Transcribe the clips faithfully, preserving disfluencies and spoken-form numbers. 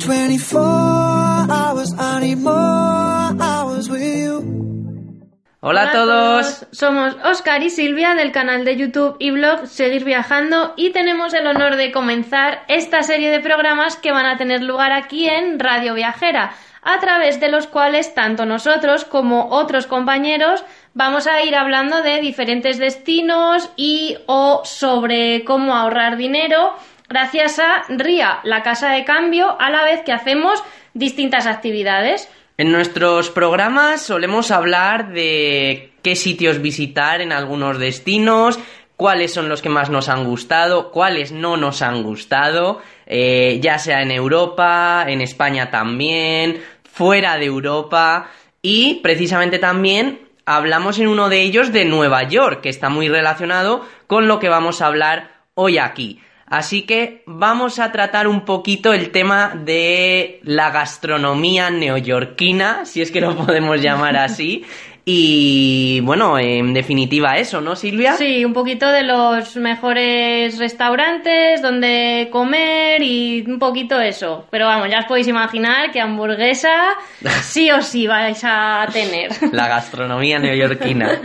veinticuatro hours, I need more hours with you. Hola a todos, somos Óscar y Silvia del canal de YouTube y blog Seguir Viajando y tenemos el honor de comenzar esta serie de programas que van a tener lugar aquí en Radio Viajera, a través de los cuales tanto nosotros como otros compañeros vamos a ir hablando de diferentes destinos y o sobre cómo ahorrar dinero gracias a RIA, la casa de cambio, a la vez que hacemos distintas actividades. En nuestros programas solemos hablar de qué sitios visitar en algunos destinos, cuáles son los que más nos han gustado, cuáles no nos han gustado, eh, ya sea en Europa, en España también, fuera de Europa, y precisamente también hablamos en uno de ellos de Nueva York, que está muy relacionado con lo que vamos a hablar hoy aquí. Así que vamos a tratar un poquito el tema de la gastronomía neoyorquina, si es que lo podemos llamar así. Y bueno, en definitiva eso, ¿no, Silvia? Sí, un poquito de los mejores restaurantes, donde comer y un poquito eso. Pero vamos, ya os podéis imaginar que hamburguesa sí o sí vais a tener. La gastronomía neoyorquina.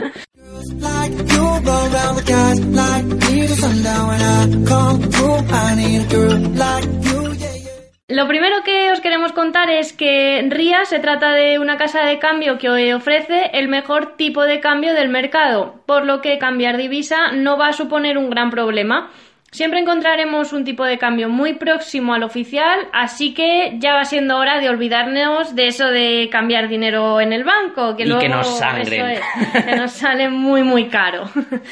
Lo primero que os queremos contar es que RIA se trata de una casa de cambio que ofrece el mejor tipo de cambio del mercado, por lo que cambiar divisa no va a suponer un gran problema. Siempre encontraremos un tipo de cambio muy próximo al oficial, así que ya va siendo hora de olvidarnos de eso de cambiar dinero en el banco, que y luego que nos sangren. Eso es, que nos sale muy muy caro.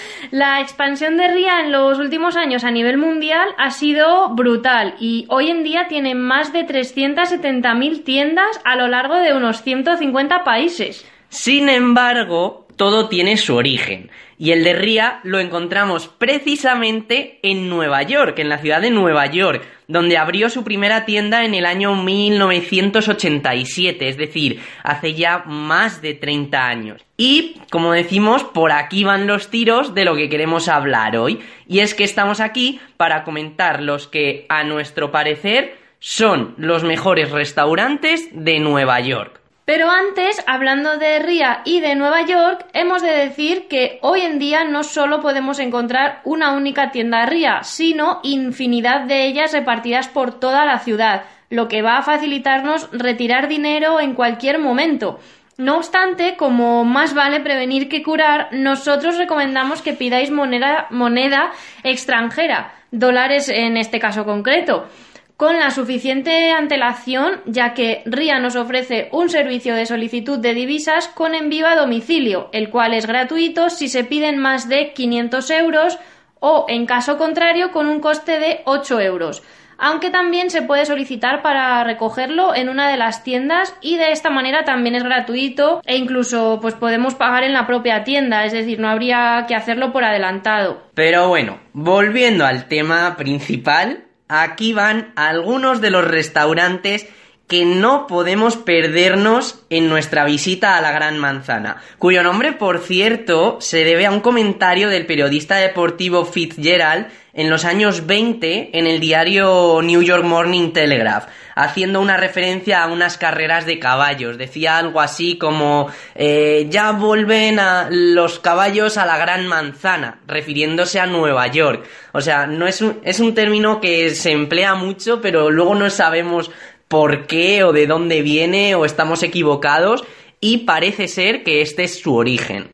La expansión de RIA en los últimos años a nivel mundial ha sido brutal y hoy en día tiene más de trescientas setenta mil tiendas a lo largo de unos ciento cincuenta países. Sin embargo, todo tiene su origen. Y el de RIA lo encontramos precisamente en Nueva York, en la ciudad de Nueva York, donde abrió su primera tienda en el año mil novecientos ochenta y siete, es decir, hace ya más de treinta años. Y, como decimos, por aquí van los tiros de lo que queremos hablar hoy. Y es que estamos aquí para comentar los que, a nuestro parecer, son los mejores restaurantes de Nueva York. Pero antes, hablando de RIA y de Nueva York, hemos de decir que hoy en día no solo podemos encontrar una única tienda RIA, sino infinidad de ellas repartidas por toda la ciudad, lo que va a facilitarnos retirar dinero en cualquier momento. No obstante, como más vale prevenir que curar, nosotros recomendamos que pidáis moneda, moneda extranjera, dólares en este caso concreto, con la suficiente antelación, ya que RIA nos ofrece un servicio de solicitud de divisas con envío a domicilio, el cual es gratuito si se piden más de quinientos euros o, en caso contrario, con un coste de ocho euros. Aunque también se puede solicitar para recogerlo en una de las tiendas y de esta manera también es gratuito e incluso pues podemos pagar en la propia tienda, es decir, no habría que hacerlo por adelantado. Pero bueno, volviendo al tema principal, aquí van algunos de los restaurantes que no podemos perdernos en nuestra visita a la Gran Manzana, cuyo nombre, por cierto, se debe a un comentario del periodista deportivo Fitzgerald en los años veinte en el diario New York Morning Telegraph, haciendo una referencia a unas carreras de caballos. Decía algo así como eh, ya vuelven a los caballos a la Gran Manzana, refiriéndose a Nueva York. O sea, no es un, es un término que se emplea mucho, pero luego no sabemos por qué o de dónde viene o estamos equivocados y parece ser que este es su origen.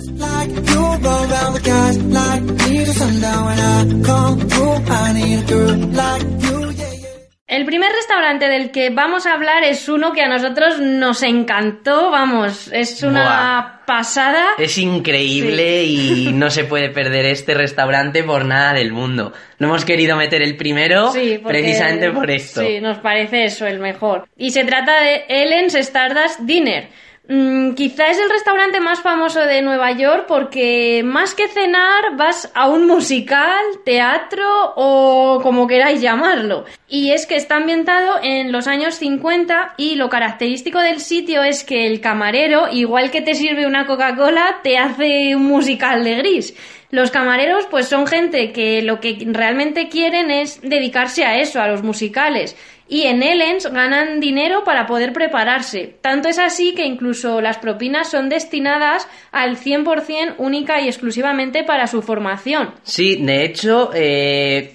El primer restaurante del que vamos a hablar es uno que a nosotros nos encantó, vamos, es una Buah. pasada. Es increíble sí. Y no se puede perder este restaurante por nada del mundo. Lo hemos querido meter el primero sí, porque, precisamente por esto. Sí, nos parece eso, el mejor. Y se trata de Ellen's Stardust Dinner. Mm, quizá es el restaurante más famoso de Nueva York porque más que cenar vas a un musical, teatro o como queráis llamarlo. Y es que está ambientado en los años cincuenta y lo característico del sitio es que el camarero, igual que te sirve una Coca-Cola, te hace un musical de Gris. Los camareros pues son gente que lo que realmente quieren es dedicarse a eso, a los musicales. Y en Ellen's ganan dinero para poder prepararse. Tanto es así que incluso las propinas son destinadas al cien por ciento única y exclusivamente para su formación. Sí, de hecho, eh,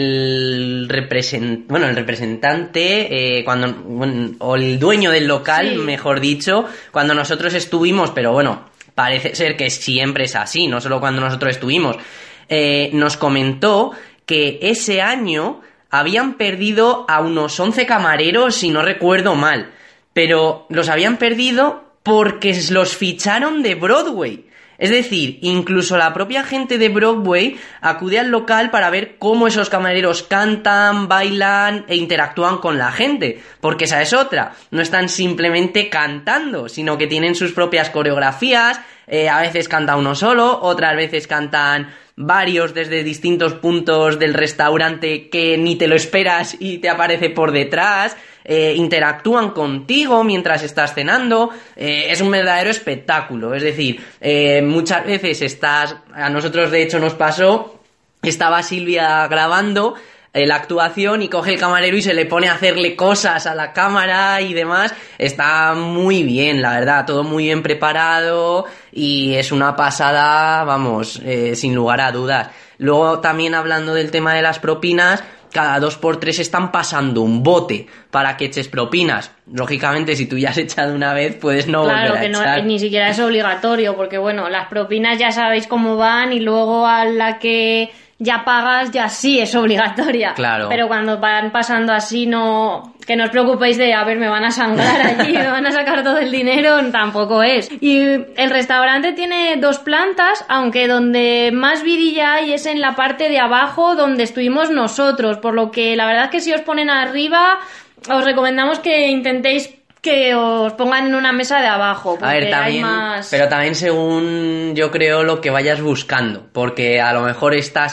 el, represent... bueno, el representante, eh, cuando bueno, o el dueño del local, sí. mejor dicho, cuando nosotros estuvimos, pero bueno, parece ser que siempre es así, no solo cuando nosotros estuvimos, eh, nos comentó que ese año habían perdido a unos once camareros, si no recuerdo mal, pero los habían perdido porque los ficharon de Broadway. Es decir, incluso la propia gente de Broadway acude al local para ver cómo esos camareros cantan, bailan e interactúan con la gente, porque esa es otra, no están simplemente cantando, sino que tienen sus propias coreografías, eh, a veces canta uno solo, otras veces cantan varios desde distintos puntos del restaurante que ni te lo esperas y te aparece por detrás, eh, interactúan contigo mientras estás cenando, eh, es un verdadero espectáculo, es decir, eh, muchas veces estás, a nosotros de hecho nos pasó, estaba Silvia grabando eh, la actuación y coge el camarero y se le pone a hacerle cosas a la cámara y demás, está muy bien, la verdad, todo muy bien preparado y es una pasada, vamos, eh, sin lugar a dudas. Luego también hablando del tema de las propinas, cada dos por tres están pasando un bote para que eches propinas. Lógicamente, si tú ya has echado una vez, puedes no claro, volver a que no, echar. Ni siquiera es obligatorio, porque bueno, las propinas ya sabéis cómo van y luego a la que ya pagas ya sí es obligatoria. Claro. Pero cuando van pasando así, no... Que no os preocupéis de, a ver, me van a sangrar allí, me van a sacar todo el dinero, tampoco es. Y el restaurante tiene dos plantas, aunque donde más vidilla hay es en la parte de abajo donde estuvimos nosotros, por lo que la verdad es que si os ponen arriba, os recomendamos que intentéis que os pongan en una mesa de abajo, porque a ver, también, hay más... pero también según yo creo lo que vayas buscando, porque a lo mejor estás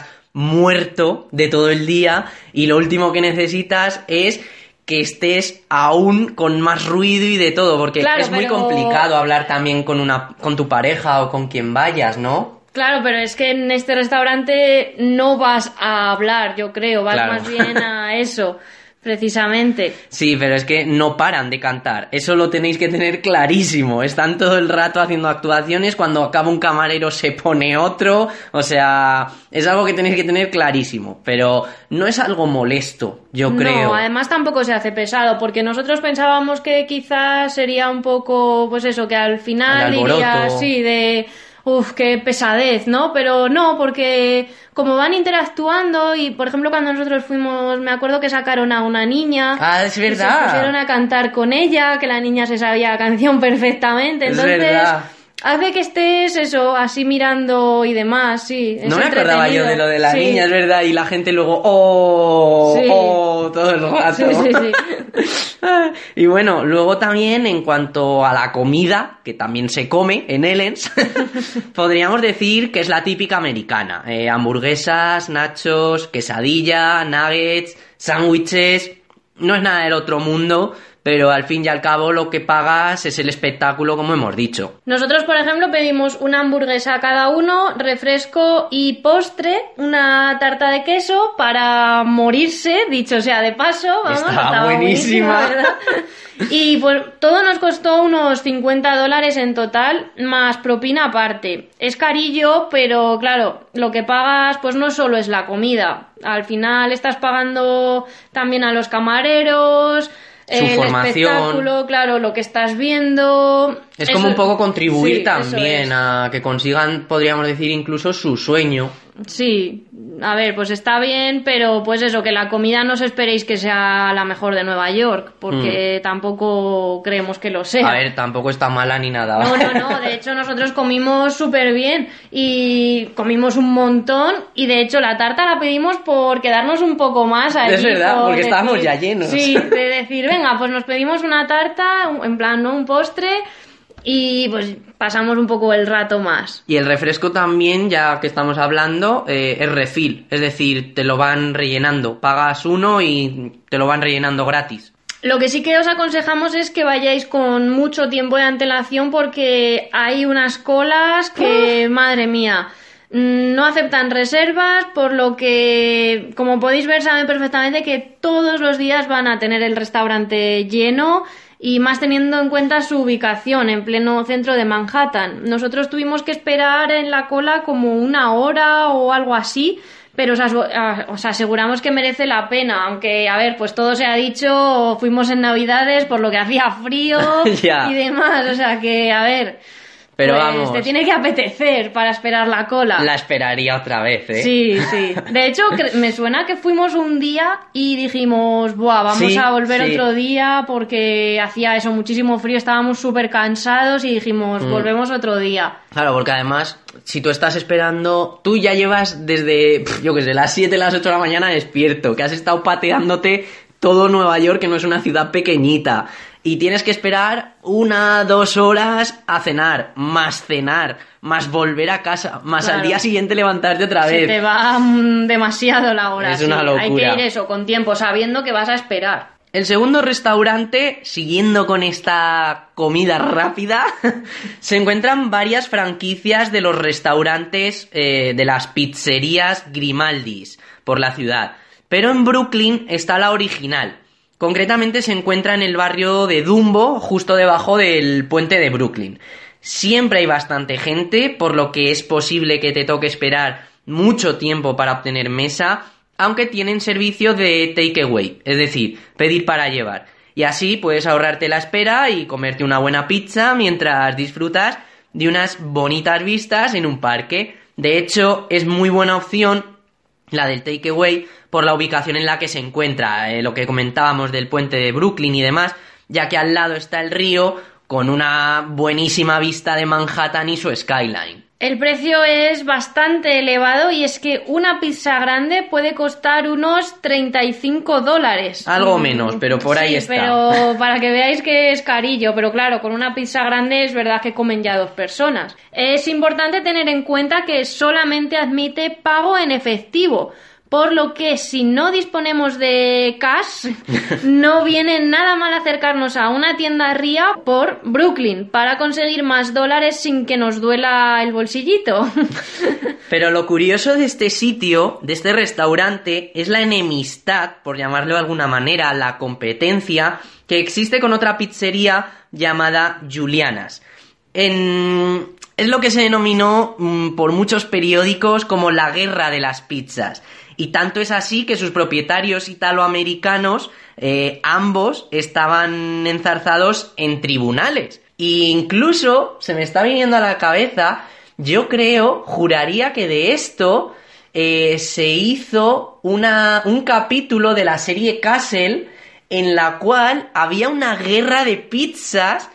muerto de todo el día y lo último que necesitas es que estés aún con más ruido y de todo, porque claro, es muy pero... complicado hablar también con una con tu pareja o con quien vayas, ¿no? Claro, pero es que en este restaurante no vas a hablar, yo creo, vas Claro. más bien a eso, precisamente. Sí, pero es que no paran de cantar, eso lo tenéis que tener clarísimo, están todo el rato haciendo actuaciones, cuando acaba un camarero se pone otro, o sea, es algo que tenéis que tener clarísimo, pero no es algo molesto, yo creo. No, además tampoco se hace pesado, porque nosotros pensábamos que quizás sería un poco, pues eso, que al final diría, sí, de... Uf, qué pesadez, ¿no? Pero no, porque como van interactuando y, por ejemplo, cuando nosotros fuimos, me acuerdo que sacaron a una niña. Ah, es verdad. Y se pusieron a cantar con ella, que la niña se sabía la canción perfectamente. Es Entonces, verdad. hace que estés, eso, así mirando y demás, sí. Es no me acordaba yo de lo de la sí. niña, es verdad, y la gente luego, oh, Sí. oh, todo el rato. Sí, sí, sí. Y bueno, luego también en cuanto a la comida, que también se come en Ellen's, podríamos decir que es la típica americana. Eh, hamburguesas, nachos, quesadilla, nuggets, sándwiches, no es nada del otro mundo, pero al fin y al cabo lo que pagas es el espectáculo, como hemos dicho. Nosotros, por ejemplo, pedimos una hamburguesa a cada uno, refresco y postre, una tarta de queso para morirse, dicho sea de paso. Vamos, Estaba estaba buenísima. ¿verdad? Y pues todo nos costó unos cincuenta dólares en total, más propina aparte. Es carillo, pero claro, lo que pagas pues no solo es la comida. Al final estás pagando también a los camareros... Su el formación. espectáculo, claro, lo que estás viendo... Es como Eso- un poco contribuir sí, también eso es. a que consigan, podríamos decir, incluso su sueño. Sí, a ver, pues está bien, pero pues eso, que la comida no os esperéis que sea la mejor de Nueva York, porque tampoco creemos que lo sea. A ver, tampoco está mala ni nada. No, no, no, de hecho nosotros comimos súper bien y comimos un montón y de hecho la tarta la pedimos por quedarnos un poco más allí. Es verdad, por porque decir- estábamos ya llenos. Sí, de decir, venga, pues nos pedimos una tarta, en plan, ¿no? Un postre y pues pasamos un poco el rato más. Y el refresco también, ya que estamos hablando, eh, es refill, es decir, te lo van rellenando. Pagas uno y te lo van rellenando gratis. Lo que sí que os aconsejamos es que vayáis con mucho tiempo de antelación porque hay unas colas que, madre mía, No aceptan reservas, por lo que, como podéis ver, saben perfectamente que todos los días van a tener el restaurante lleno, y más teniendo en cuenta su ubicación en pleno centro de Manhattan. Nosotros tuvimos que esperar en la cola como una hora o algo así, pero os, as- os aseguramos que merece la pena, aunque, a ver, pues todo se ha dicho, fuimos en Navidades, por lo que hacía frío Ya. y demás, o sea que, a ver... Pero pues vamos, te tiene que apetecer para esperar la cola. la esperaría otra vez, ¿eh? Sí, sí. De hecho, cre- me suena que fuimos un día y dijimos, buah, vamos Sí, a volver sí. otro día porque hacía eso, muchísimo frío, estábamos súper cansados y dijimos, Mm. volvemos otro día. Claro, porque además, si tú estás esperando, tú ya llevas desde, pf, yo qué sé, las siete, las ocho de la mañana despierto, que has estado pateándote todo Nueva York, que no es una ciudad pequeñita, y tienes que esperar una, dos horas a cenar, más cenar, más volver a casa, más Claro. al día siguiente levantarte otra Se vez. te va mm, demasiado la hora. Es una sí. Hay locura. que ir eso, con tiempo, sabiendo que vas a esperar. El segundo restaurante, siguiendo con esta comida rápida, se encuentran varias franquicias de los restaurantes eh, de las pizzerías Grimaldis por la ciudad. Pero en Brooklyn está la original. Concretamente se encuentra en el barrio de Dumbo, justo debajo del puente de Brooklyn. Siempre hay bastante gente, por lo que es posible que te toque esperar mucho tiempo para obtener mesa, aunque tienen servicio de takeaway, es decir, pedir para llevar. Y así puedes ahorrarte la espera y comerte una buena pizza mientras disfrutas de unas bonitas vistas en un parque. De hecho, es muy buena opción la del takeaway por la ubicación en la que se encuentra, eh, lo que comentábamos del puente de Brooklyn y demás, ya que al lado está el río con una buenísima vista de Manhattan y su skyline. El precio es bastante elevado y es que una pizza grande puede costar unos treinta y cinco dólares. Algo menos, pero por ahí sí, está. Pero para que veáis que es carillo, pero claro, con una pizza grande es verdad que comen ya dos personas. Es importante tener en cuenta que solamente admite pago en efectivo, por lo que si no disponemos de cash, no viene nada mal acercarnos a una tienda Ria por Brooklyn para conseguir más dólares sin que nos duela el bolsillito. Pero lo curioso de este sitio, de este restaurante, es la enemistad, por llamarlo de alguna manera, la competencia que existe con otra pizzería llamada Julianas. En... Es lo que se denominó mmm, por muchos periódicos como la guerra de las pizzas. Y tanto es así que sus propietarios italoamericanos, eh, ambos, estaban enzarzados en tribunales. E incluso, se me está viniendo a la cabeza, yo creo, juraría que de esto eh, se hizo una, un capítulo de la serie Castle en la cual había una guerra de pizzas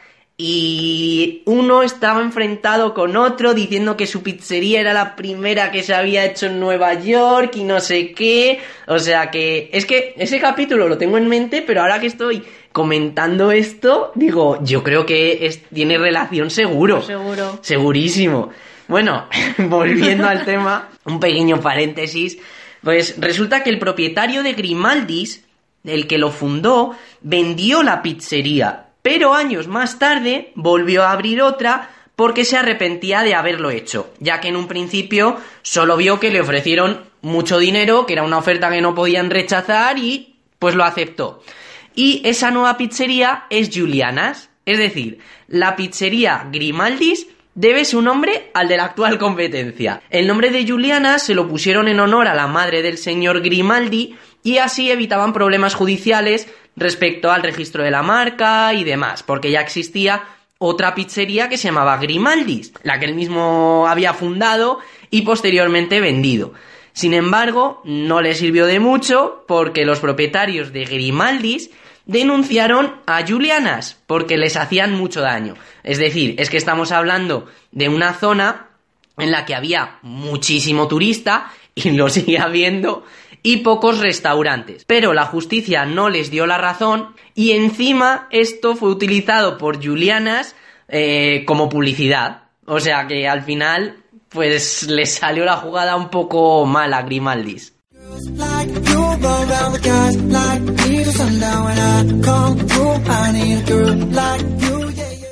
y uno estaba enfrentado con otro diciendo que su pizzería era la primera que se había hecho en Nueva York y no sé qué. O sea que es que ese capítulo lo tengo en mente, pero ahora que estoy comentando esto, digo, yo creo que es, tiene relación seguro. Seguro. Segurísimo. Bueno, volviendo al tema, un pequeño paréntesis, pues resulta que el propietario de Grimaldis, el que lo fundó, vendió la pizzería. Pero años más tarde volvió a abrir otra porque se arrepentía de haberlo hecho, ya que en un principio solo vio que le ofrecieron mucho dinero, que era una oferta que no podían rechazar y pues lo aceptó. Y esa nueva pizzería es Julianas, es decir, la pizzería Grimaldis debe su nombre al de la actual competencia. El nombre de Julianas se lo pusieron en honor a la madre del señor Grimaldi y así evitaban problemas judiciales respecto al registro de la marca y demás, porque ya existía otra pizzería que se llamaba Grimaldis, la que él mismo había fundado y posteriormente vendido. Sin embargo, no le sirvió de mucho porque los propietarios de Grimaldis denunciaron a Julianas porque les hacían mucho daño. Es decir, es que estamos hablando de una zona en la que había muchísimo turista y lo sigue habiendo y pocos restaurantes. Pero la justicia no les dio la razón y encima esto fue utilizado por Julianas eh, como publicidad. O sea que al final pues les salió la jugada un poco mal a Grimaldis. Like you go around the guys like me to sundown when I come through. I need a girl like you, yeah, yeah.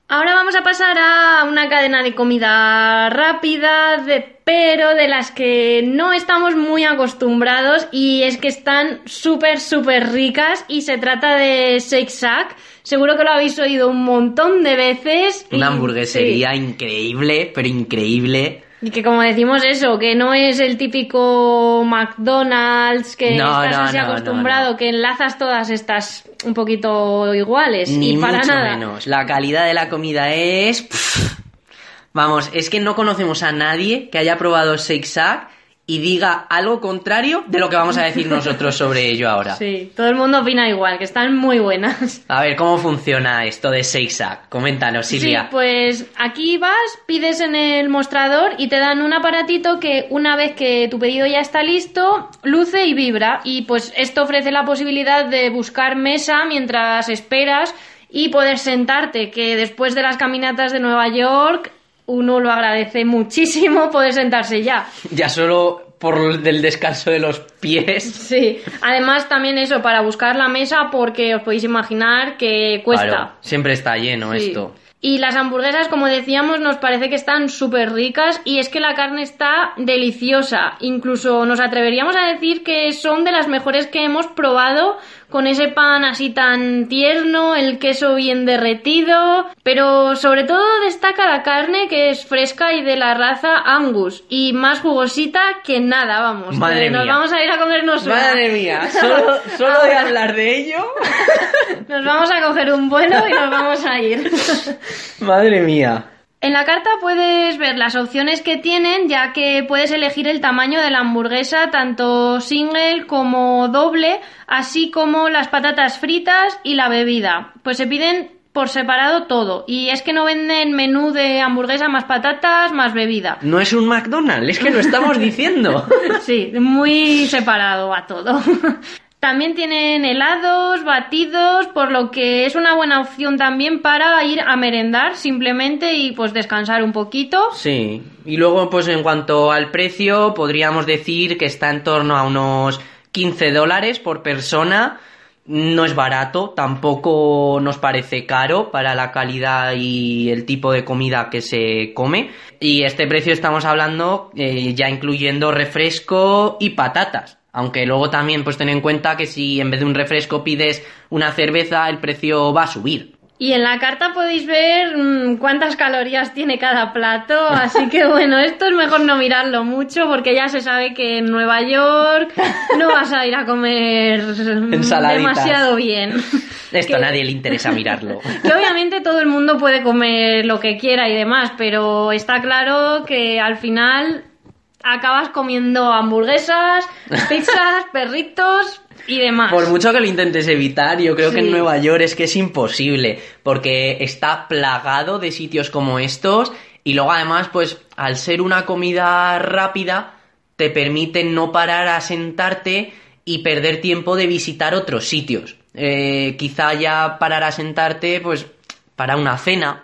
Ahora vamos a pasar a una cadena de comida rápida, de, pero de las que no estamos muy acostumbrados, y es que están súper, súper ricas, y se trata de Shake Shack. Seguro que lo habéis oído un montón de veces. Una y, hamburguesería sí. increíble, pero increíble. Y que como decimos eso, que no es el típico McDonald's que no, estás no, así no, acostumbrado, no, no. que enlazas todas estas un poquito iguales. Ni y para mucho nada. menos. La calidad de la comida es... Pff, vamos, es que no conocemos a nadie que haya probado Shake Shack y diga algo contrario de lo que vamos a decir nosotros sobre ello ahora. Sí, todo el mundo opina igual, que están muy buenas. A ver, ¿cómo funciona esto de Shake Shack? Coméntanos, Silvia. Sí, pues aquí vas, pides en el mostrador y te dan un aparatito que una vez que tu pedido ya está listo, luce y vibra. Y pues esto ofrece la posibilidad de buscar mesa mientras esperas y poder sentarte, que después de las caminatas de Nueva York uno lo agradece muchísimo poder sentarse ya. Ya solo por el descanso de los pies. Sí, además también eso, para buscar la mesa, porque os podéis imaginar que cuesta. Claro, siempre está lleno Sí. esto. Y las hamburguesas, como decíamos, nos parece que están súper ricas, y es que la carne está deliciosa. Incluso nos atreveríamos a decir que son de las mejores que hemos probado, con ese pan así tan tierno, el queso bien derretido, pero sobre todo destaca la carne, que es fresca y de la raza Angus, y más jugosita que nada, vamos. Madre que nos mía. vamos a ir a comernos una. Madre mía, solo, solo de hablar de ello. Nos vamos a coger un vuelo y nos vamos a ir. Madre mía. En la carta puedes ver las opciones que tienen, ya que puedes elegir el tamaño de la hamburguesa, tanto single como doble, así como las patatas fritas y la bebida. Pues se piden por separado todo, y es que no venden menú de hamburguesa más patatas más bebida. No es un McDonald's, es que lo estamos diciendo. Sí, muy separado a todo. También tienen helados, batidos, por lo que es una buena opción también para ir a merendar simplemente y pues descansar un poquito. Sí, y luego pues en cuanto al precio podríamos decir que está en torno a unos quince dólares por persona. No es barato, tampoco nos parece caro para la calidad y el tipo de comida que se come. Y este precio estamos hablando eh, ya incluyendo refresco y patatas. Aunque luego también pues ten en cuenta que si en vez de un refresco pides una cerveza, el precio va a subir. Y en la carta podéis ver mmm, cuántas calorías tiene cada plato, así que bueno, esto es mejor no mirarlo mucho, porque ya se sabe que en Nueva York no vas a ir a comer Ensaladitas. demasiado bien. Esto que, a nadie le interesa mirarlo. Que obviamente todo el mundo puede comer lo que quiera y demás, pero está claro que al final acabas comiendo hamburguesas, pizzas, perritos y demás. Por mucho que lo intentes evitar, yo creo Sí. que en Nueva York es que es imposible, porque está plagado de sitios como estos, y luego además, pues, al ser una comida rápida, te permite no parar a sentarte y perder tiempo de visitar otros sitios. Eh, quizá ya parar a sentarte, pues, para una cena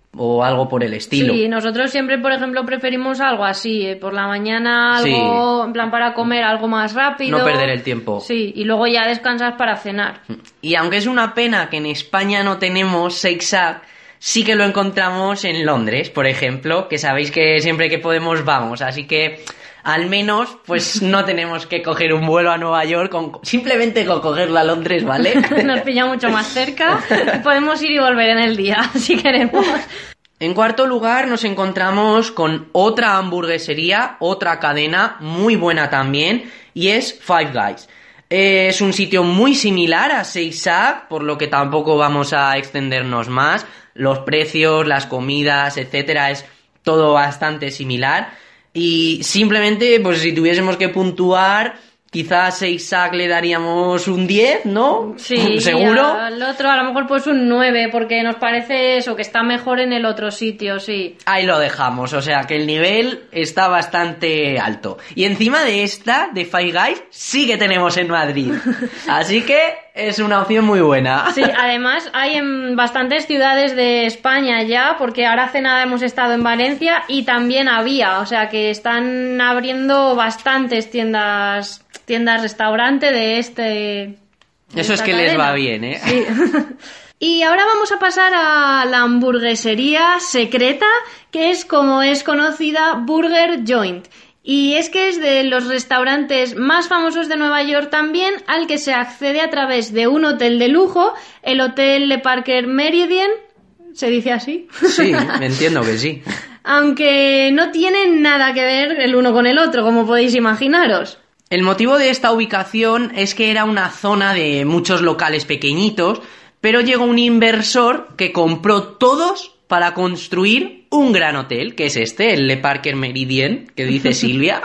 o algo por el estilo. Sí, nosotros siempre, por ejemplo, preferimos algo así, eh, por la mañana algo, Sí. en plan para comer algo más rápido. No perder el tiempo. Sí, y luego ya descansas para cenar. Y aunque es una pena que en España no tenemos Shake Shack, sí que lo encontramos en Londres, por ejemplo, que sabéis que siempre que podemos vamos, así que al menos pues no tenemos que coger un vuelo a Nueva York, con, simplemente con cogerlo a Londres, ¿vale? Nos pilla mucho más cerca y podemos ir y volver en el día, si queremos. En cuarto lugar nos encontramos con otra hamburguesería, otra cadena muy buena también, y es Five Guys. Es un sitio muy similar a Shake Shack, por lo que tampoco vamos a extendernos más. Los precios, las comidas, etcétera, es todo bastante similar. Y simplemente, pues si tuviésemos que puntuar, quizás a Shake Shack le daríamos un diez, ¿no? Sí, ¿Seguro? Y al otro a lo mejor pues un nueve, porque nos parece eso, que está mejor en el otro sitio, sí. Ahí lo dejamos, o sea que el nivel está bastante alto. Y encima de esta, de Five Guys, sí que tenemos en Madrid. Así que es una opción muy buena. Sí, además hay en bastantes ciudades de España ya, porque ahora hace nada hemos estado en Valencia y también había, o sea que están abriendo bastantes tiendas, tiendas restaurante de este... de Eso es esta que les cadena. va bien, ¿eh? Sí. Y ahora vamos a pasar a la hamburguesería secreta, que es como es conocida Burger Joint. Y es que es de los restaurantes más famosos de Nueva York también, al que se accede a través de un hotel de lujo, el Hotel Le Parker Meridien. ¿Se dice así? Sí, entiendo que sí. Aunque no tienen nada que ver el uno con el otro, como podéis imaginaros. El motivo de esta ubicación es que era una zona de muchos locales pequeñitos, pero llegó un inversor que compró todos para construir un gran hotel, que es este, el Le Parker Meridien, que dice Silvia.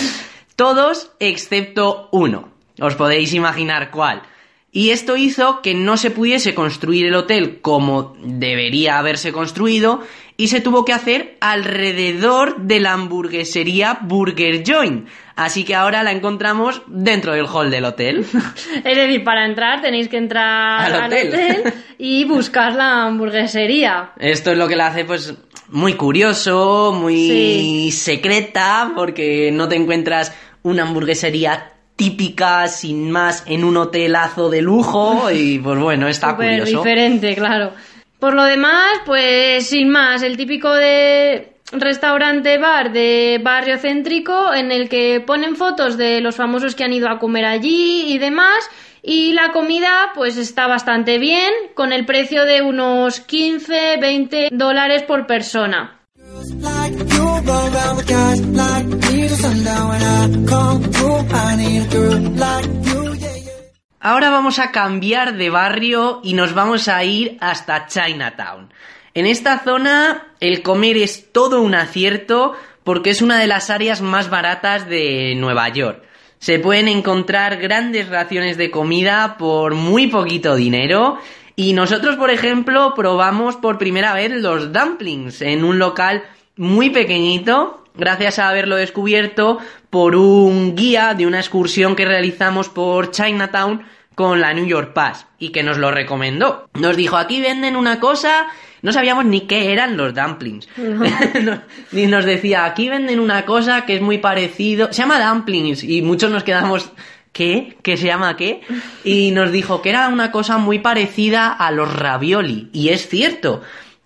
Todos excepto uno. Os podéis imaginar cuál. Y esto hizo que no se pudiese construir el hotel como debería haberse construido y se tuvo que hacer alrededor de la hamburguesería Burger Joint. Así que ahora la encontramos dentro del hall del hotel. Es decir, para entrar tenéis que entrar al al hotel, hotel y buscar la hamburguesería. Esto es lo que la hace pues muy curioso, muy Sí. secreta, porque no te encuentras una hamburguesería típica, sin más, en un hotelazo de lujo y pues bueno, está Súper curioso. diferente, claro. Por lo demás, pues sin más, el típico de restaurante bar de barrio céntrico en el que ponen fotos de los famosos que han ido a comer allí y demás. Y la comida pues está bastante bien, con el precio de unos quince, veinte dólares por persona. Like you roll around with guys like me till sundown. When I come through, I need a girl like you, yeah, yeah. Ahora vamos a cambiar de barrio y nos vamos a ir hasta Chinatown. En esta zona el comer es todo un acierto porque es una de las áreas más baratas de Nueva York. Se pueden encontrar grandes raciones de comida por muy poquito dinero y nosotros, por ejemplo, probamos por primera vez los dumplings en un local muy pequeñito, gracias a haberlo descubierto por un guía de una excursión que realizamos por Chinatown con la New York Pass y que nos lo recomendó. Nos dijo, aquí venden una cosa, no sabíamos ni qué eran los dumplings. No. Y nos decía, aquí venden una cosa que es muy parecido, se llama dumplings y muchos nos quedamos, ¿qué? ¿Qué se llama qué? Y nos dijo que era una cosa muy parecida a los ravioli y es cierto.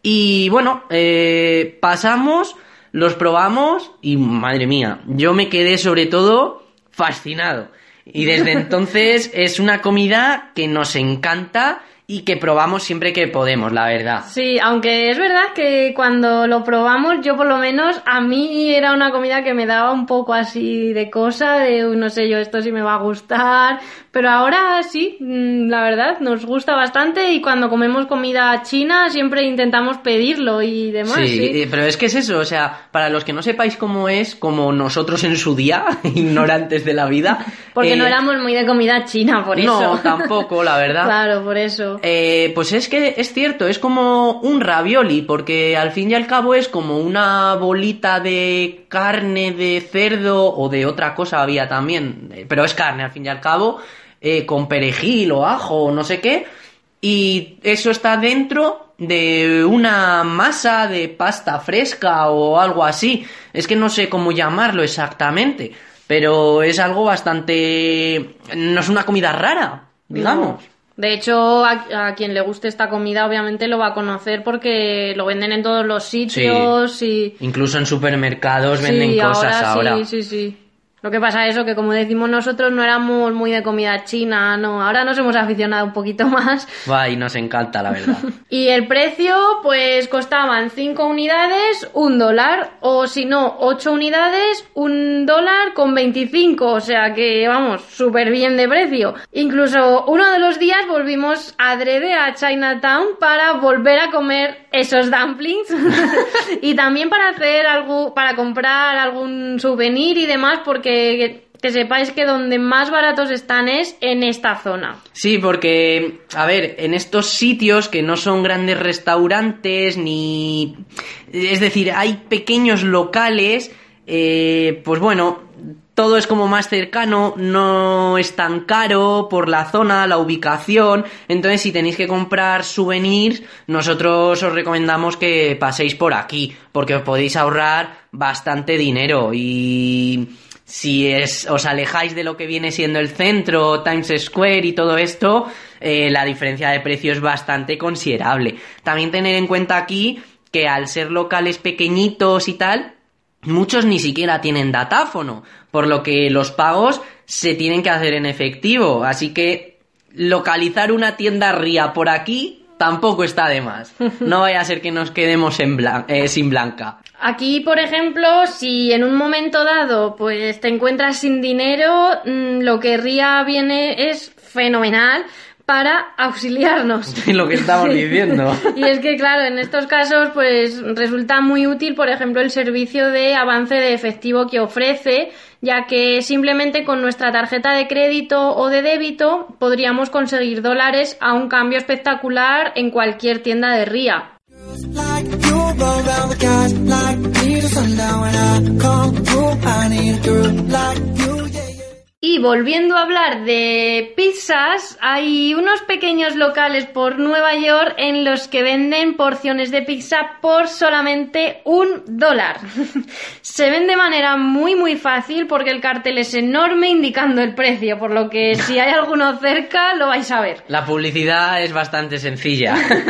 Y bueno, eh, pasamos, los probamos y madre mía, yo me quedé sobre todo fascinado. Y desde entonces es una comida que nos encanta y que probamos siempre que podemos, la verdad. Sí, aunque es verdad que cuando lo probamos, yo por lo menos, a mí era una comida que me daba un poco así de cosa, de no sé yo, esto sí me va a gustar, pero ahora sí, la verdad, nos gusta bastante y cuando comemos comida china siempre intentamos pedirlo y demás. Sí, sí. Pero es que es eso, o sea, para los que no sepáis cómo es, como nosotros en su día, ignorantes de la vida. Porque eh, no éramos muy de comida china, por eso. No, tampoco, la verdad. Claro, por eso. Eh, pues es que es cierto, es como un ravioli, porque al fin y al cabo es como una bolita de carne de cerdo o de otra cosa había también, pero es carne al fin y al cabo, eh, con perejil o ajo o no sé qué, y eso está dentro de una masa de pasta fresca o algo así. Es que no sé cómo llamarlo exactamente, pero es algo bastante... no es una comida rara, digamos. No. De hecho, a, a quien le guste esta comida obviamente lo va a conocer porque lo venden en todos los sitios sí. y... Incluso en supermercados venden sí, cosas ahora. ahora. Sí, sí, sí. Lo que pasa es eso, que como decimos nosotros no éramos muy de comida china, no. Ahora nos hemos aficionado un poquito más. Va, y nos encanta, la verdad. Y el precio, pues costaban cinco unidades, un dólar. O si no, ocho unidades, un dólar con veinticinco. O sea que, vamos, súper bien de precio. Incluso uno de los días volvimos adrede a Chinatown para volver a comer esos dumplings. Y también para hacer algo, para comprar algún souvenir y demás, porque que, que sepáis que donde más baratos están es en esta zona. Sí, porque, a ver, en estos sitios que no son grandes restaurantes ni... Es decir, hay pequeños locales, eh, pues bueno, todo es como más cercano, no es tan caro por la zona, la ubicación. Entonces, si tenéis que comprar souvenirs, nosotros os recomendamos que paséis por aquí, porque os podéis ahorrar bastante dinero y... Si es, os alejáis de lo que viene siendo el centro, Times Square y todo esto, eh, la diferencia de precio es bastante considerable. También tener en cuenta aquí que al ser locales pequeñitos y tal, muchos ni siquiera tienen datáfono, por lo que los pagos se tienen que hacer en efectivo. Así que localizar una tienda Ria por aquí tampoco está de más. No vaya a ser que nos quedemos en blan- eh, sin blanca. Aquí, por ejemplo, si en un momento dado pues te encuentras sin dinero, mmm, lo que Ria viene es fenomenal para auxiliarnos. Lo que estamos diciendo. Y es que, claro, en estos casos pues resulta muy útil, por ejemplo, el servicio de avance de efectivo que ofrece, ya que simplemente con nuestra tarjeta de crédito o de débito podríamos conseguir dólares a un cambio espectacular en cualquier tienda de Ria. Like you roll around the guys like me to sundown when I come through. I need a girl like you, yeah, yeah. Y volviendo a hablar de pizzas, hay unos pequeños locales por Nueva York en los que venden porciones de pizza por solamente un dólar. Se ven de manera muy muy fácil porque el cartel es enorme indicando el precio, por lo que si hay alguno cerca lo vais a ver. La publicidad es bastante sencilla.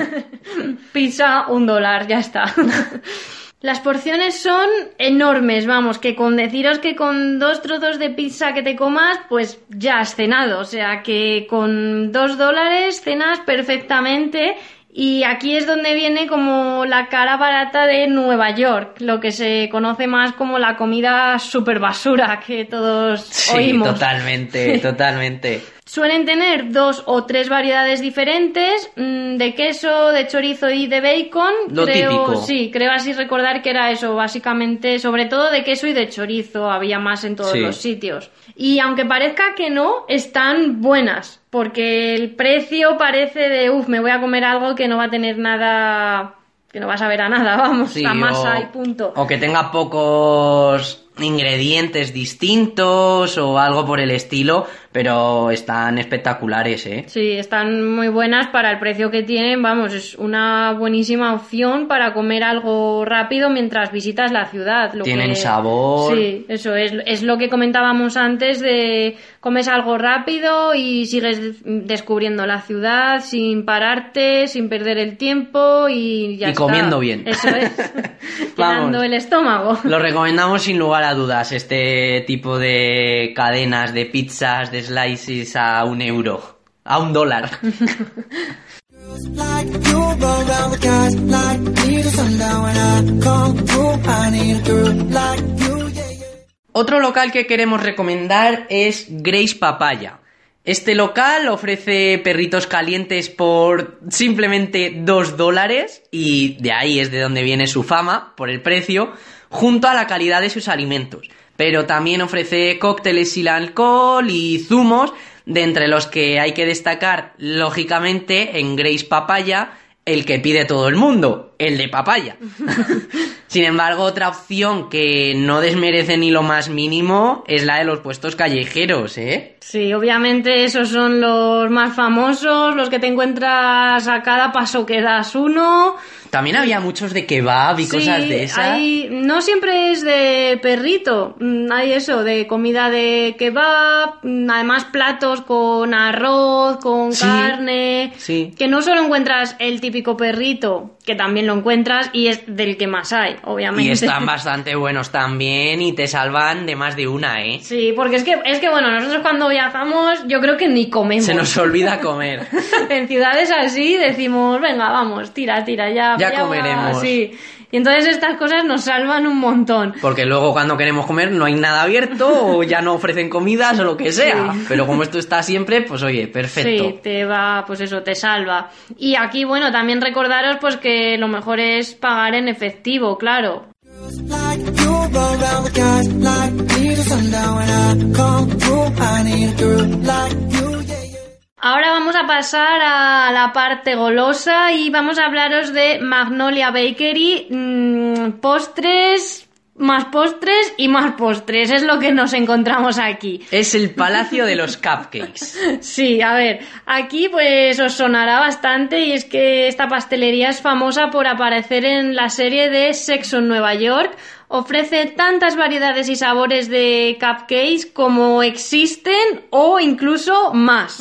Pizza, un dólar, ya está. Las porciones son enormes, vamos, que con deciros que con dos trozos de pizza que te comas, pues ya has cenado, o sea que con dos dólares cenas perfectamente. Y aquí es donde viene como la cara barata de Nueva York, lo que se conoce más como la comida super basura que todos Sí, oímos. totalmente, totalmente. Suelen tener dos o tres variedades diferentes mmm, de queso, de chorizo y de bacon. Lo creo, típico. Sí, creo así recordar que era eso, básicamente, sobre todo de queso y de chorizo, había más en todos Sí. los sitios. Y aunque parezca que no, están buenas, porque el precio parece de, uff, me voy a comer algo que no va a tener nada, que no va a saber a nada, vamos, Sí, a masa o, y punto. o que tenga pocos ingredientes distintos o algo por el estilo, pero están espectaculares, ¿eh? Sí, están muy buenas para el precio que tienen, vamos, es una buenísima opción para comer algo rápido mientras visitas la ciudad. Lo Tienen que... sabor. Sí, eso es, es lo que comentábamos antes de comes algo rápido y sigues descubriendo la ciudad sin pararte, sin perder el tiempo y ya Y está. comiendo bien. Eso es, Vamos. llenando el estómago. Lo recomendamos sin lugar a dudas, este tipo de cadenas de pizzas, de slices a un euro, a un dólar. Like you roll around the guys like me to sundown when I come through. I need a girl like you, yeah, yeah. Otro local que queremos recomendar es Grace Papaya. Este local ofrece perritos calientes por simplemente dos dólares y de ahí es de donde viene su fama, por el precio, junto a la calidad de sus alimentos. Pero también ofrece cócteles sin alcohol y zumos, de entre los que hay que destacar, lógicamente, en Grace Papaya, el que pide todo el mundo, el de papaya. Sin embargo, otra opción que no desmerece ni lo más mínimo es la de los puestos callejeros, ¿eh? Sí, obviamente esos son los más famosos, los que te encuentras a cada paso que das uno. También había muchos de kebab y Sí, cosas de esas. hay- no siempre es de perrito, mm, hay eso, de comida de kebab, mm, además platos con arroz, con Sí, carne, sí. que no solo encuentras el típico perrito, que también lo encuentras y es del que más hay, obviamente. Y están bastante buenos también y te salvan de más de una, ¿eh? Sí, porque es que, es que bueno, nosotros cuando viajamos yo creo que ni comemos. Se nos olvida comer. En ciudades así decimos, venga, vamos, tira, tira, ya. Ya ya va, comeremos. sí. Y entonces estas cosas nos salvan un montón. Porque luego cuando queremos comer no hay nada abierto o ya no ofrecen comidas o lo que sea. Sí. Pero como esto está siempre, pues oye, perfecto. Sí, te va, pues eso, te salva. Y aquí, bueno, también recordaros pues que lo mejor es pagar en efectivo, claro. Like you roll around the guys like me to sundown when I come through. I need a girl like you, yeah, yeah. Ahora vamos a pasar a la parte golosa y vamos a hablaros de Magnolia Bakery, mmm, postres, más postres y más postres, es lo que nos encontramos aquí. Es el palacio de los cupcakes. Sí, a ver, aquí pues os sonará bastante y es que esta pastelería es famosa por aparecer en la serie de Sexo en Nueva York ofrece tantas variedades y sabores de cupcakes como existen o incluso más.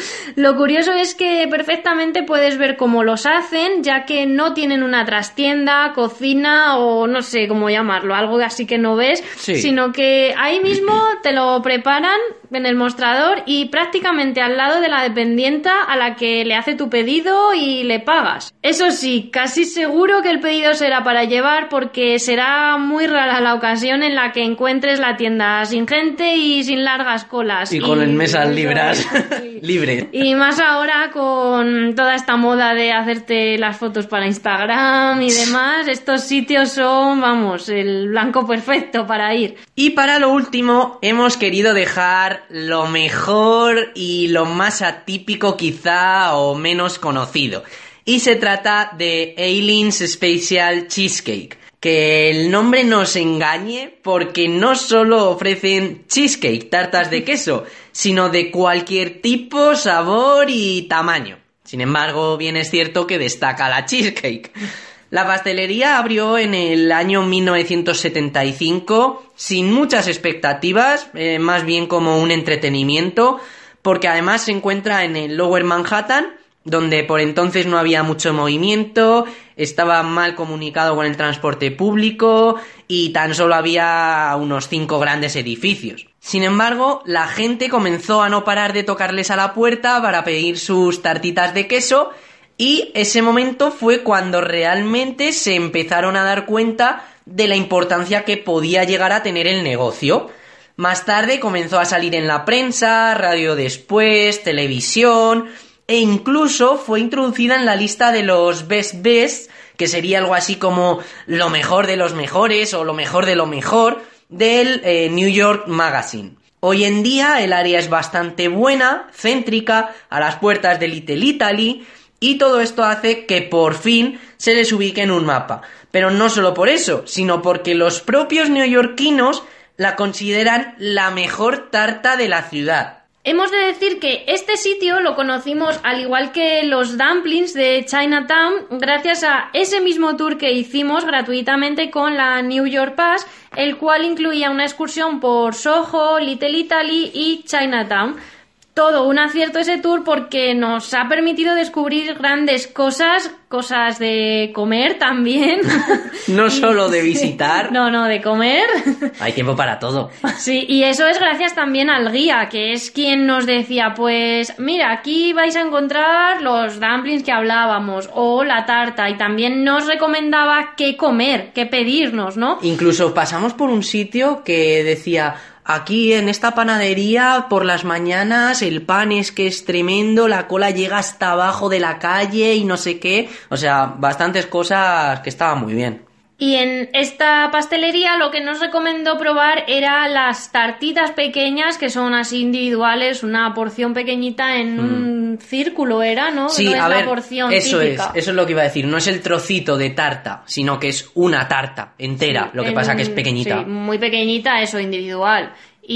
Lo curioso es que perfectamente puedes ver cómo los hacen, ya que no tienen una trastienda, cocina o no sé cómo llamarlo, algo así que no ves, sí. sino que ahí mismo te lo preparan en el mostrador y prácticamente al lado de la dependienta a la que le hace tu pedido y le pagas. Eso sí, casi seguro que el pedido será para llevar porque será muy rara la ocasión en la que encuentres la tienda sin gente y sin largas colas. Y con y, el mesas y, libres. y, libres. Y más ahora con toda esta moda de hacerte las fotos para Instagram y demás, estos sitios son, vamos, el blanco perfecto para ir. Y para lo último, hemos querido dejar lo mejor y lo más atípico quizá o menos conocido. Y se trata de Aileen's Special Cheesecake. Que el nombre no os engañe porque no solo ofrecen cheesecake, tartas de queso, sino de cualquier tipo, sabor y tamaño. Sin embargo, bien es cierto que destaca la cheesecake. La pastelería abrió en el año mil novecientos setenta y cinco sin muchas expectativas, eh, más bien como un entretenimiento, porque además se encuentra en el Lower Manhattan, donde por entonces no había mucho movimiento, estaba mal comunicado con el transporte público y tan solo había unos cinco grandes edificios. Sin embargo, la gente comenzó a no parar de tocarles a la puerta para pedir sus tartitas de queso y ese momento fue cuando realmente se empezaron a dar cuenta de la importancia que podía llegar a tener el negocio. Más tarde comenzó a salir en la prensa, radio después, televisión e incluso fue introducida en la lista de los Best Best, que sería algo así como lo mejor de los mejores o lo mejor de lo mejor del eh, New York Magazine. Hoy en día el área es bastante buena, céntrica, a las puertas de Little Italy, y todo esto hace que por fin se les ubique en un mapa. Pero no solo por eso, sino porque los propios neoyorquinos la consideran la mejor tarta de la ciudad. Hemos de decir que este sitio lo conocimos al igual que los dumplings de Chinatown gracias a ese mismo tour que hicimos gratuitamente con la New York Pass, el cual incluía una excursión por Soho, Little Italy y Chinatown. Todo un acierto ese tour porque nos ha permitido descubrir grandes cosas, cosas de comer también. No y, solo de visitar. No, no, de comer. Hay tiempo para todo. Sí, y eso es gracias también al guía, que es quien nos decía, pues mira, aquí vais a encontrar los dumplings que hablábamos o la tarta, y también nos recomendaba qué comer, qué pedirnos, ¿no? Incluso pasamos por un sitio que decía: aquí en esta panadería por las mañanas el pan es que es tremendo, la cola llega hasta abajo de la calle y no sé qué. O sea, bastantes cosas que estaban muy bien. Y en esta pastelería lo que nos recomendó probar era las tartitas pequeñas, que son así individuales, una porción pequeñita en mm. un círculo era, ¿no? Sí, no es a la ver, porción eso típica. es, eso es lo que iba a decir. No es el trocito de tarta, sino que es una tarta entera. Sí, lo que en, pasa que es pequeñita. Sí, muy pequeñita, eso, individual.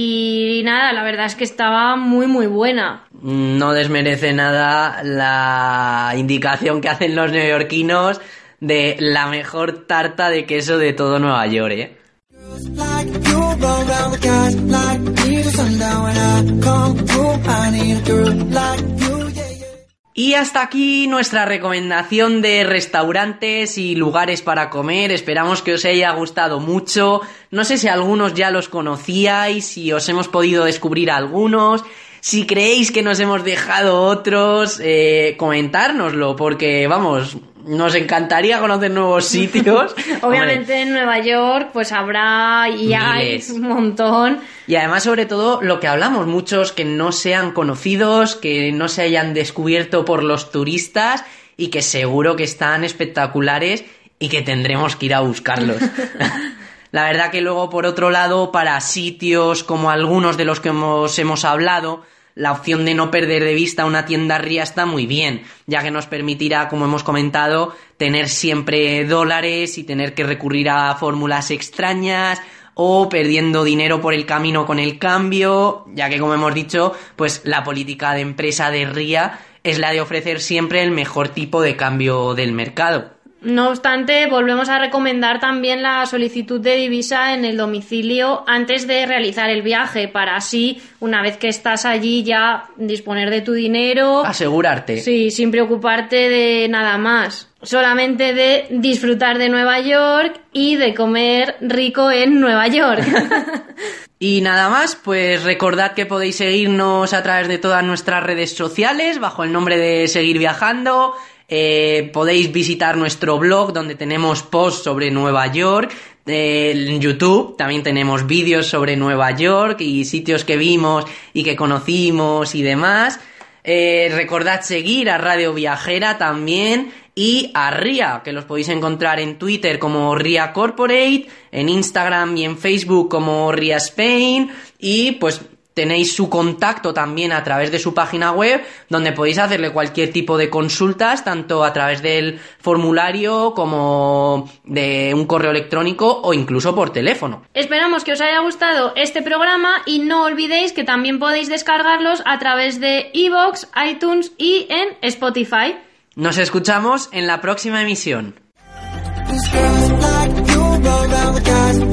Y nada, la verdad es que estaba muy muy buena. No desmerece nada la indicación que hacen los neoyorquinos de la mejor tarta de queso de todo Nueva York, ¿eh? Y hasta aquí nuestra recomendación de restaurantes y lugares para comer. Esperamos que os haya gustado mucho. No sé si algunos ya los conocíais, si os hemos podido descubrir algunos. Si creéis que nos hemos dejado otros, eh, comentárnoslo, porque vamos, nos encantaría conocer nuevos sitios. Obviamente Hombre, en Nueva York pues habrá y hay un montón. Y además, sobre todo, lo que hablamos, muchos que no sean conocidos, que no se hayan descubierto por los turistas y que seguro que están espectaculares y que tendremos que ir a buscarlos. La verdad que luego, por otro lado, para sitios como algunos de los que hemos, hemos hablado, la opción de no perder de vista una tienda Ría está muy bien, ya que nos permitirá, como hemos comentado, tener siempre dólares y tener que recurrir a fórmulas extrañas o perdiendo dinero por el camino con el cambio, ya que, como hemos dicho, pues la política de empresa de Ría es la de ofrecer siempre el mejor tipo de cambio del mercado. No obstante, volvemos a recomendar también la solicitud de divisa en el domicilio antes de realizar el viaje, para así, una vez que estás allí, ya disponer de tu dinero. Asegurarte. Sí, sin preocuparte de nada más. Solamente de disfrutar de Nueva York y de comer rico en Nueva York. Y nada más, pues recordad que podéis seguirnos a través de todas nuestras redes sociales bajo el nombre de Seguir Viajando. Eh, podéis visitar nuestro blog donde tenemos posts sobre Nueva York. Eh, en YouTube también tenemos vídeos sobre Nueva York y sitios que vimos y que conocimos y demás. Eh, recordad seguir a Radio Viajera también y a R I A, que los podéis encontrar en Twitter como R I A Corporate, en Instagram y en Facebook como R I A Spain, y pues tenéis su contacto también a través de su página web, donde podéis hacerle cualquier tipo de consultas, tanto a través del formulario como de un correo electrónico o incluso por teléfono. Esperamos que os haya gustado este programa y no olvidéis que también podéis descargarlos a través de iVoox, iTunes y en Spotify. Nos escuchamos en la próxima emisión. These girls like you roll around the guys